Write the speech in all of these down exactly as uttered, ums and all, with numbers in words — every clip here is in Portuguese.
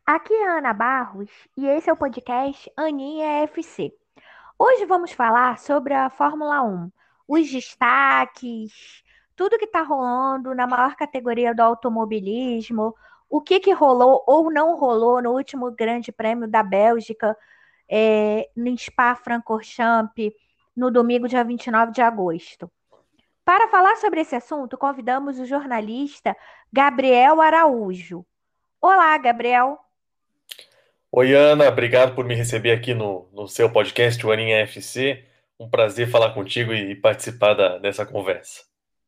Aqui é a Ana Barros e esse é o podcast Aninha F C. Hoje vamos falar sobre a Fórmula Um, os destaques, tudo que está rolando na maior categoria do automobilismo, o que que rolou ou não rolou no último Grande Prêmio da Bélgica, é, no Spa-Francorchamps, no domingo, dia vinte e nove de agosto. Para falar sobre esse assunto, convidamos o jornalista Gabriel Araújo. Olá, Gabriel. Oi, Ana, obrigado por me receber aqui no, no seu podcast, o Aninha F C. Um prazer falar contigo e participar da- dessa conversa.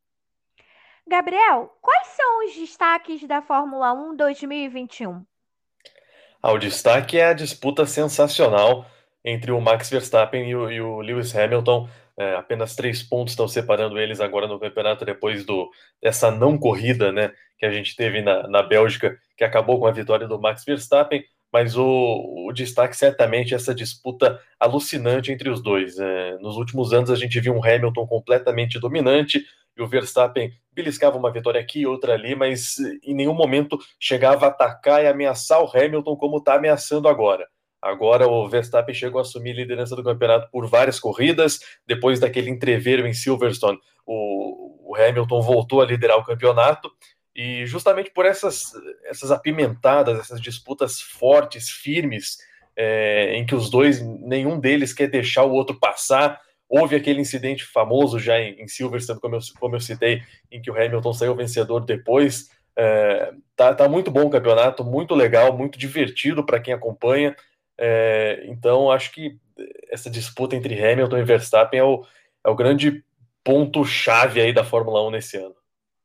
Gabriel, quais são os destaques da Fórmula Um dois mil e vinte e um? Ah, o destaque é a disputa sensacional entre o Max Verstappen e o, e o Lewis Hamilton. É, apenas três pontos estão separando eles agora no campeonato depois do, dessa não corrida, né, que a gente teve na, na Bélgica, que acabou com a vitória do Max Verstappen. Mas o, o destaque certamente é essa disputa alucinante entre os dois. É, nos últimos anos a gente viu um Hamilton completamente dominante e o Verstappen beliscava uma vitória aqui, outra ali, mas em nenhum momento chegava a atacar e ameaçar o Hamilton como está ameaçando agora. Agora o Verstappen chegou a assumir a liderança do campeonato por várias corridas. Depois daquele entreveiro em Silverstone, o, o Hamilton voltou a liderar o campeonato. E justamente por essas, essas apimentadas, essas disputas fortes, firmes, é, em que os dois, nenhum deles quer deixar o outro passar. Houve aquele incidente famoso já em, em Silverstone, como eu, como eu citei, em que o Hamilton saiu vencedor depois. É, tá, tá muito bom o campeonato, muito legal, muito divertido para quem acompanha. É, então, acho que essa disputa entre Hamilton e Verstappen é o, é o grande ponto-chave aí da Fórmula Um nesse ano.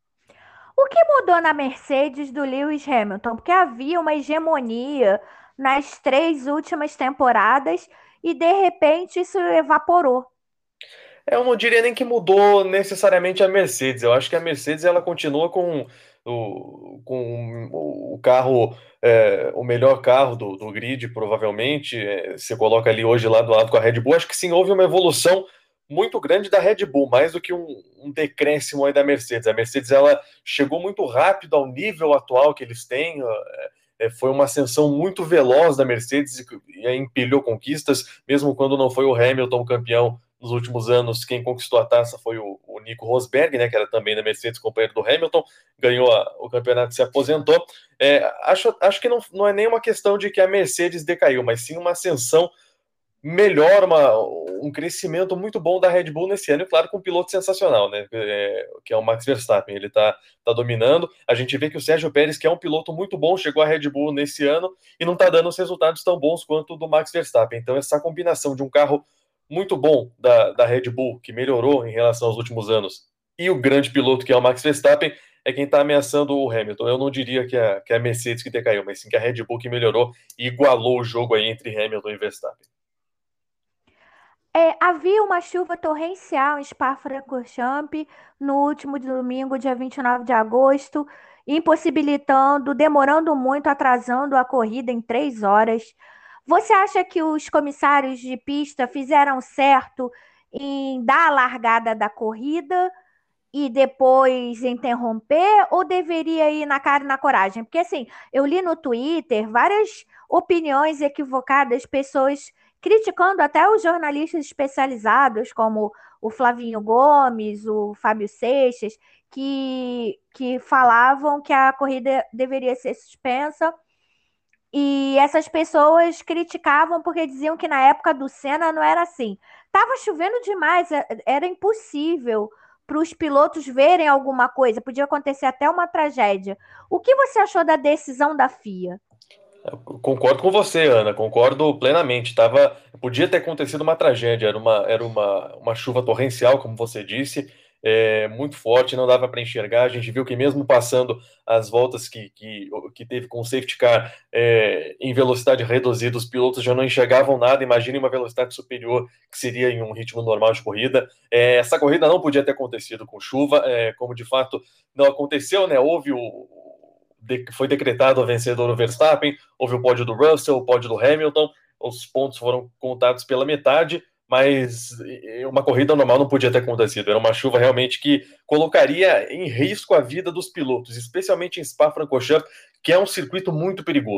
O que mudou na Mercedes do Lewis Hamilton? Porque havia uma hegemonia nas três últimas temporadas e de repente isso evaporou. Eu não diria nem que mudou necessariamente a Mercedes. Eu acho que a Mercedes ela continua com o, com o carro, é, o melhor carro do, do grid, provavelmente. É, você coloca ali hoje lado a lado com a Red Bull. Acho que sim, houve uma evolução muito grande da Red Bull, mais do que um, um decréscimo aí da Mercedes. A Mercedes ela chegou muito rápido ao nível atual que eles têm. É, foi uma ascensão muito veloz da Mercedes e, e empilhou conquistas, mesmo quando não foi o Hamilton campeão nos últimos anos. Quem conquistou a taça foi o, o Nico Rosberg, né, que era também da Mercedes, companheiro do Hamilton, ganhou a, o campeonato e se aposentou. É, acho, acho que não, não é nem uma questão de que a Mercedes decaiu, mas sim uma ascensão melhor, uma, um crescimento muito bom da Red Bull nesse ano, e claro, com um piloto sensacional, né? É, que é o Max Verstappen. Ele tá, tá dominando. A gente vê que o Sérgio Pérez, que é um piloto muito bom, chegou à Red Bull nesse ano e não tá dando os resultados tão bons quanto o do Max Verstappen. Então, essa combinação de um carro muito bom da, da Red Bull, que melhorou em relação aos últimos anos, e o grande piloto que é o Max Verstappen, é quem está ameaçando o Hamilton. Eu não diria que é, que é a Mercedes que decaiu, mas sim que a Red Bull que melhorou e igualou o jogo aí entre Hamilton e Verstappen. É, havia uma chuva torrencial em Spa-Francorchamps no último domingo, dia vinte e nove de agosto, impossibilitando, demorando muito, atrasando a corrida em três horas. Você acha que os comissários de pista fizeram certo em dar a largada da corrida e depois interromper, ou deveria ir na cara e na coragem? Porque assim, eu li no Twitter várias opiniões equivocadas, pessoas criticando até os jornalistas especializados, como o Flavinho Gomes, o Fábio Seixas, que, que falavam que a corrida deveria ser suspensa. E essas pessoas criticavam porque diziam que na época do Senna não era assim. Tava chovendo demais, é- era impossível para os pilotos verem alguma coisa, podia acontecer até uma tragédia. O que você achou da decisão da F I A? Eu concordo com você, Ana, concordo plenamente. Tava, podia ter acontecido uma tragédia, era uma, era uma, uma chuva torrencial, como você disse, é, muito forte, não dava para enxergar. A gente viu que mesmo passando as voltas que, que, que teve com o safety car é, em velocidade reduzida, os pilotos já não enxergavam nada. Imagine uma velocidade superior, que seria em um ritmo normal de corrida. É, essa corrida não podia ter acontecido com chuva, é, como de fato não aconteceu, né? Houve o. de- Foi decretado a vencedor o Verstappen, houve o pódio do Russell, o pódio do Hamilton, os pontos foram contados pela metade, mas uma corrida normal não podia ter acontecido. Era uma chuva realmente que colocaria em risco a vida dos pilotos, especialmente em Spa-Francorchamps, que é um circuito muito perigoso.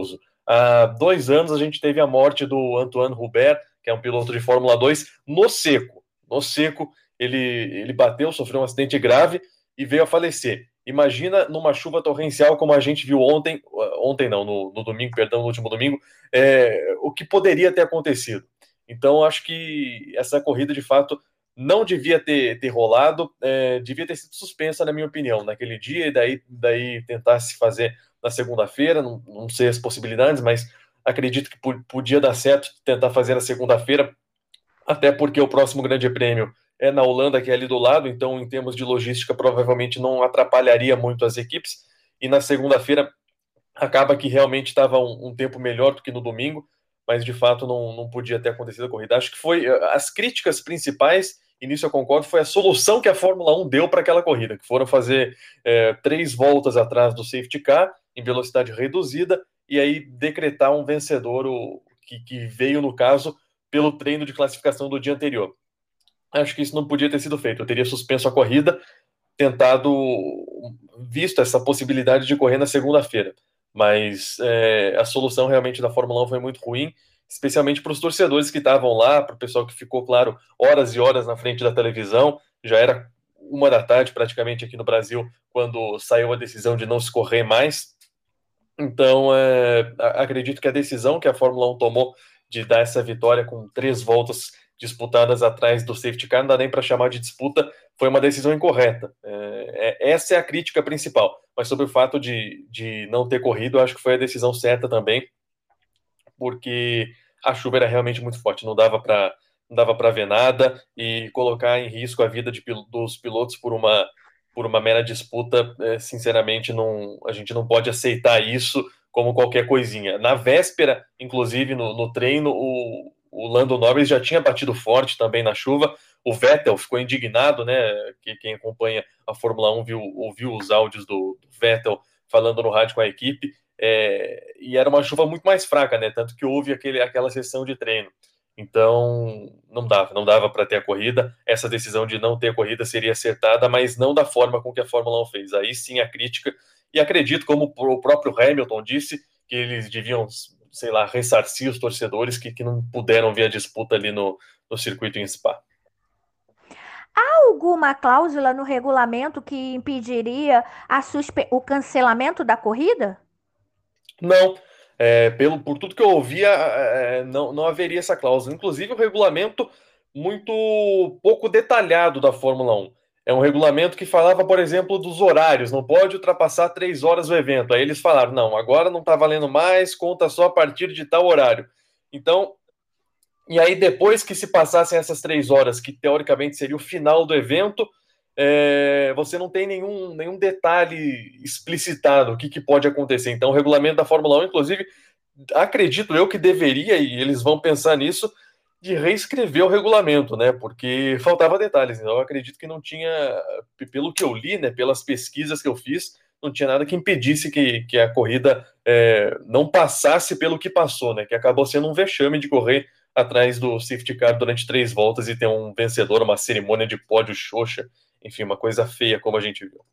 há dois anos a gente teve a morte do Antoine Hubert, que é um piloto de Fórmula dois, no seco. No seco, ele, ele bateu, sofreu um acidente grave e veio a falecer. Imagina numa chuva torrencial como a gente viu ontem, ontem não, no, no domingo, perdão, no último domingo, é, o que poderia ter acontecido. Então, acho que essa corrida, de fato, não devia ter, ter rolado, é, devia ter sido suspensa, na minha opinião, naquele dia, e daí, daí tentar se fazer na segunda-feira, não, não sei as possibilidades, mas acredito que podia dar certo tentar fazer na segunda-feira, até porque o próximo Grande Prêmio é na Holanda, que é ali do lado, então em termos de logística provavelmente não atrapalharia muito as equipes, e na segunda-feira acaba que realmente estava um, um tempo melhor do que no domingo, mas de fato não, não podia ter acontecido a corrida. Acho que foi as críticas principais, e nisso eu concordo, foi a solução que a Fórmula um deu para aquela corrida, que foram fazer é, três voltas atrás do safety car, em velocidade reduzida, e aí decretar um vencedor, o, que, que veio, no caso, pelo treino de classificação do dia anterior. Acho que isso não podia ter sido feito. Eu teria suspenso a corrida, tentado, visto essa possibilidade de correr na segunda-feira. Mas é, a solução realmente da Fórmula um foi muito ruim, especialmente para os torcedores que estavam lá, para o pessoal que ficou, claro, horas e horas na frente da televisão. Já era uma da tarde praticamente aqui no Brasil, quando saiu a decisão de não se correr mais. Então, é, acredito que a decisão que a Fórmula um tomou de dar essa vitória com três voltas disputadas atrás do safety car, não dá nem para chamar de disputa, foi uma decisão incorreta. É, é, essa é a crítica principal. Mas sobre o fato de, de não ter corrido, eu acho que foi a decisão certa também, porque a chuva era realmente muito forte, não dava para não dava para ver nada, e colocar em risco a vida de, dos pilotos por uma por uma mera disputa, é, sinceramente, não, a gente não pode aceitar isso como qualquer coisinha. Na véspera, inclusive, no, no treino, o, o Lando Norris já tinha batido forte também na chuva. O Vettel ficou indignado, né? Que quem acompanha a Fórmula um viu, ouviu os áudios do, do Vettel falando no rádio com a equipe. É, e era uma chuva muito mais fraca, né? Tanto que houve aquele, aquela sessão de treino. Então, não dava, não dava para ter a corrida. Essa decisão de não ter a corrida seria acertada, mas não da forma com que a Fórmula um fez. Aí sim a crítica, e acredito, como o próprio Hamilton disse, que eles deviam, sei lá, ressarcir os torcedores que, que não puderam ver a disputa ali no, no circuito em Spa. Há alguma cláusula no regulamento que impediria a suspe- o cancelamento da corrida? Não, é, pelo, por tudo que eu ouvia, é, não, não haveria essa cláusula. Inclusive, o regulamento muito pouco detalhado da Fórmula um. É um regulamento que falava, por exemplo, dos horários, não pode ultrapassar três horas o evento. Aí eles falaram, não, agora não está valendo mais, conta só a partir de tal horário. Então, e aí depois que se passassem essas três horas, que teoricamente seria o final do evento, é, você não tem nenhum, nenhum detalhe explicitado o que, que pode acontecer. Então, o regulamento da Fórmula um, inclusive, acredito eu que deveria, e eles vão pensar nisso, de reescrever o regulamento, né? Porque faltava detalhes. Então, eu acredito que não tinha, pelo que eu li, né? Pelas pesquisas que eu fiz, não tinha nada que impedisse que, que a corrida é, não passasse pelo que passou, né? Que acabou sendo um vexame de correr atrás do safety car durante três voltas e ter um vencedor, uma cerimônia de pódio xoxa, enfim, uma coisa feia como a gente viu.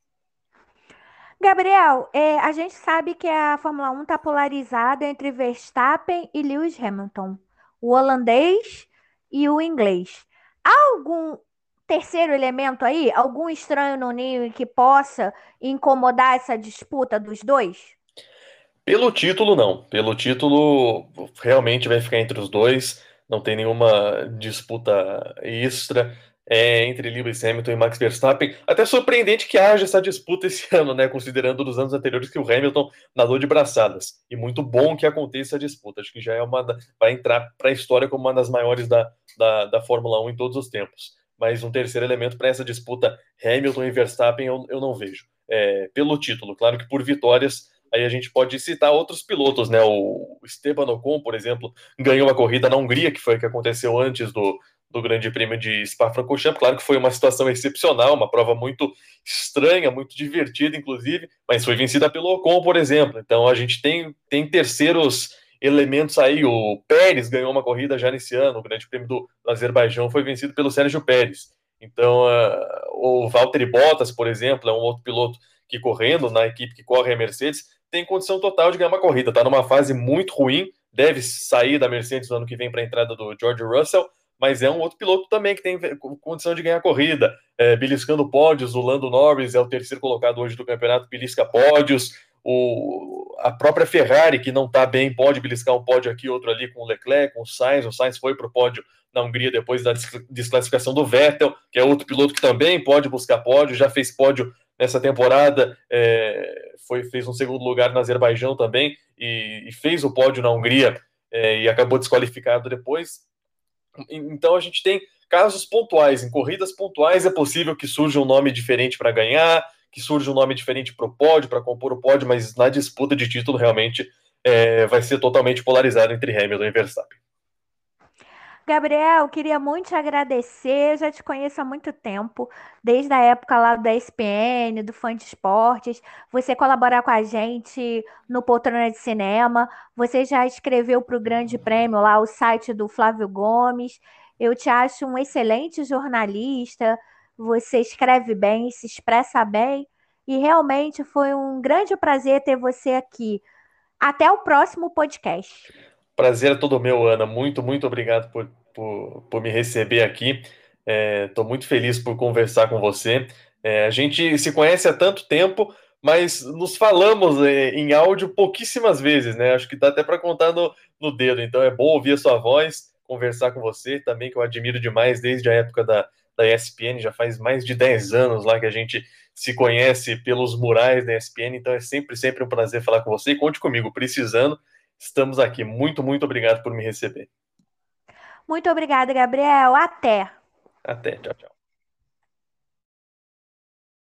Gabriel, é, a gente sabe que a Fórmula um está polarizada entre Verstappen e Lewis Hamilton, o holandês e o inglês. Há algum terceiro elemento aí? Algum estranho no ninho que possa incomodar essa disputa dos dois? Pelo título, não. Pelo título, realmente vai ficar entre os dois. Não tem nenhuma disputa extra é, entre Lewis Hamilton e Max Verstappen. Até surpreendente que haja essa disputa esse ano, né? Considerando dos anos anteriores que o Hamilton nadou de braçadas. E muito bom que aconteça a disputa. Acho que já é uma. Vai entrar para a história como uma das maiores da, da, da Fórmula um em todos os tempos. Mas um terceiro elemento para essa disputa Hamilton e Verstappen eu, eu não vejo. É, pelo título, claro que por vitórias. Aí a gente pode citar outros pilotos, né? O Esteban Ocon, por exemplo, ganhou a corrida na Hungria, que foi o que aconteceu antes do, do Grande Prêmio de Spa-Francorchamps. Claro que foi uma situação excepcional, uma prova muito estranha, muito divertida, inclusive, mas foi vencida pelo Ocon, por exemplo. Então a gente tem, tem terceiros elementos aí. O Pérez ganhou uma corrida já nesse ano, o Grande Prêmio do Azerbaijão foi vencido pelo Sérgio Pérez. Então, uh, o Valtteri Bottas, por exemplo, é um outro piloto que correndo na equipe que corre a Mercedes, tem condição total de ganhar uma corrida. Está numa fase muito ruim, deve sair da Mercedes no ano que vem para a entrada do George Russell, mas é um outro piloto também que tem condição de ganhar corrida, é, beliscando pódios. O Lando Norris é o terceiro colocado hoje do campeonato, belisca pódios. O, a própria Ferrari, que não está bem, pode beliscar um pódio aqui, outro ali com o Leclerc, com o Sainz. O Sainz foi para o pódio na Hungria depois da desclassificação do Vettel, que é outro piloto que também pode buscar pódio, já fez pódio nessa temporada, é, foi, fez um segundo lugar no Azerbaijão também, e, e fez o pódio na Hungria, é, e acabou desqualificado depois. Então a gente tem casos pontuais, em corridas pontuais é possível que surja um nome diferente para ganhar, que surja um nome diferente para o pódio, para compor o pódio, mas na disputa de título realmente é, vai ser totalmente polarizado entre Hamilton e Verstappen. Gabriel, queria muito te agradecer. Eu já te conheço há muito tempo, desde a época lá da E S P N, do Fã de Esportes. Você colaborar com a gente no Poltrona de Cinema. Você já escreveu para o Grande Prêmio lá, o site do Flávio Gomes. Eu te acho um excelente jornalista. Você escreve bem, se expressa bem. E realmente foi um grande prazer ter você aqui. Até o próximo podcast. Prazer é todo meu, Ana. Muito, muito obrigado por, por, por me receber aqui. Estou é, muito feliz por conversar com você. É, a gente se conhece há tanto tempo, mas nos falamos é, em áudio pouquíssimas vezes, né? Acho que dá até para contar no, no dedo. Então é bom ouvir a sua voz, conversar com você também, que eu admiro demais desde a época da, da E S P N. Já faz mais de dez anos lá que a gente se conhece pelos murais da E S P N. Então é sempre, sempre um prazer falar com você. E conte comigo, precisando. Estamos aqui. Muito, muito obrigado por me receber. Muito obrigada, Gabriel. Até. Até. Tchau, tchau.